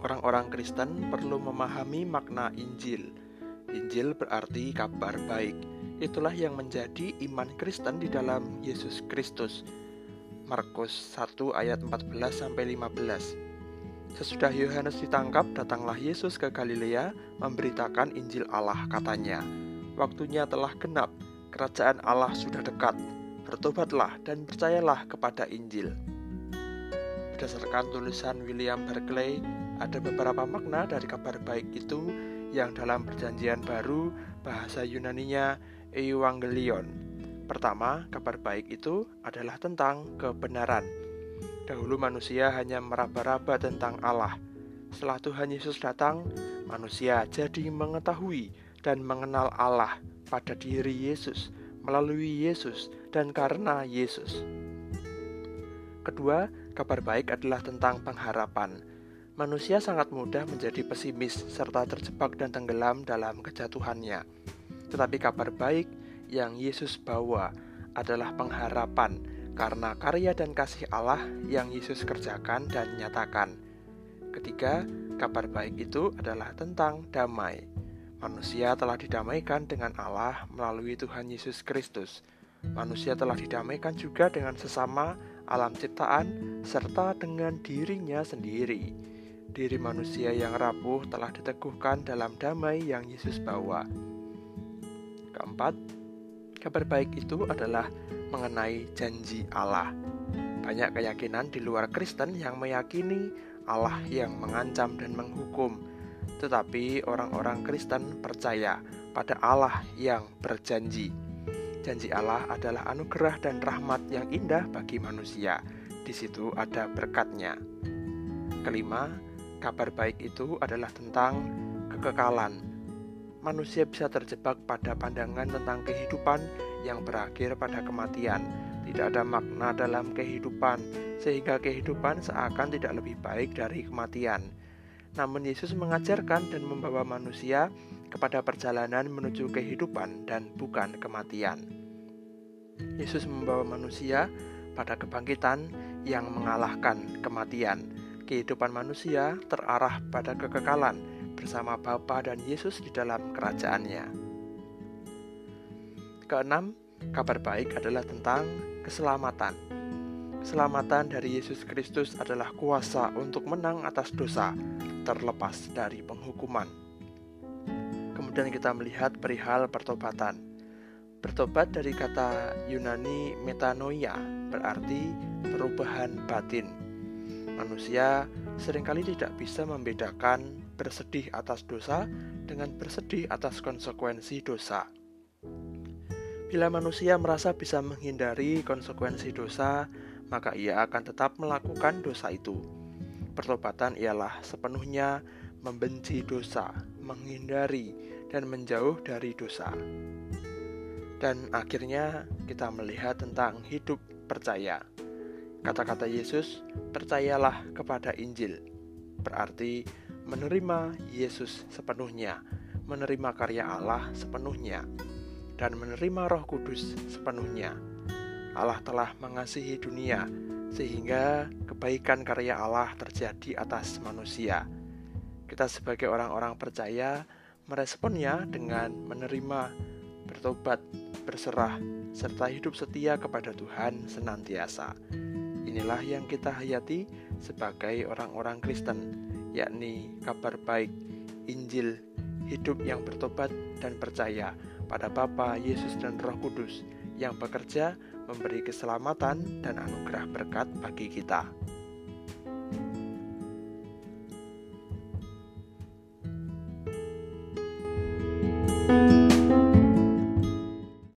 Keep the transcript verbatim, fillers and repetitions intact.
Orang-orang Kristen perlu memahami makna Injil. Injil berarti kabar baik. Itulah yang menjadi iman Kristen di dalam Yesus Kristus. Markus satu ayat empat belas sampai lima belas. Sesudah Yohanes ditangkap, datanglah Yesus ke Galilea memberitakan Injil Allah, katanya, "Waktunya telah genap, kerajaan Allah sudah dekat. Bertobatlah dan percayalah kepada Injil." Berdasarkan tulisan William Barclay, ada beberapa makna dari kabar baik itu yang dalam Perjanjian Baru bahasa Yunaninya Euangelion. Pertama, kabar baik itu adalah tentang kebenaran. Dahulu manusia hanya meraba-raba tentang Allah. Setelah Tuhan Yesus datang, manusia jadi mengetahui dan mengenal Allah pada diri Yesus, melalui Yesus, dan karena Yesus. Kedua, kabar baik adalah tentang pengharapan. Manusia sangat mudah menjadi pesimis serta terjebak dan tenggelam dalam kejatuhannya. Tetapi kabar baik yang Yesus bawa adalah pengharapan karena karya dan kasih Allah yang Yesus kerjakan dan nyatakan. Ketiga, kabar baik itu adalah tentang damai. Manusia telah didamaikan dengan Allah melalui Tuhan Yesus Kristus. Manusia telah didamaikan juga dengan sesama alam ciptaan serta dengan dirinya sendiri. Diri manusia yang rapuh telah diteguhkan dalam damai yang Yesus bawa. Keempat, kabar baik itu adalah mengenai janji Allah. Banyak keyakinan di luar Kristen yang meyakini Allah yang mengancam dan menghukum. Tetapi orang-orang Kristen percaya pada Allah yang berjanji. Janji Allah adalah anugerah dan rahmat yang indah bagi manusia. Di situ ada berkatnya. Kelima, kabar baik itu adalah tentang kekekalan. Manusia bisa terjebak pada pandangan tentang kehidupan yang berakhir pada kematian. Tidak ada makna dalam kehidupan, sehingga kehidupan seakan tidak lebih baik dari kematian. Namun Yesus mengajarkan dan membawa manusia kepada perjalanan menuju kehidupan dan bukan kematian. Yesus membawa manusia pada kebangkitan yang mengalahkan kematian. Kehidupan manusia terarah pada kekekalan bersama Bapa dan Yesus di dalam kerajaannya. Keenam, kabar baik adalah tentang keselamatan. Keselamatan dari Yesus Kristus adalah kuasa untuk menang atas dosa, terlepas dari penghukuman. Kemudian kita melihat perihal pertobatan. Bertobat dari kata Yunani metanoia, berarti perubahan batin. Manusia seringkali tidak bisa membedakan bersedih atas dosa dengan bersedih atas konsekuensi dosa. Bila manusia merasa bisa menghindari konsekuensi dosa, maka ia akan tetap melakukan dosa itu. Pertobatan ialah sepenuhnya membenci dosa, menghindari dan menjauh dari dosa. Dan akhirnya kita melihat tentang hidup percaya. Kata-kata Yesus, percayalah kepada Injil, berarti menerima Yesus sepenuhnya, menerima karya Allah sepenuhnya, dan menerima Roh Kudus sepenuhnya. Allah telah mengasihi dunia, sehingga kebaikan karya Allah terjadi atas manusia. Kita sebagai orang-orang percaya meresponnya dengan menerima, bertobat, berserah, serta hidup setia kepada Tuhan senantiasa. Inilah yang kita hayati sebagai orang-orang Kristen, yakni kabar baik, Injil, hidup yang bertobat dan percaya pada Bapa, Yesus, dan Roh Kudus yang bekerja memberi keselamatan dan anugerah berkat bagi kita.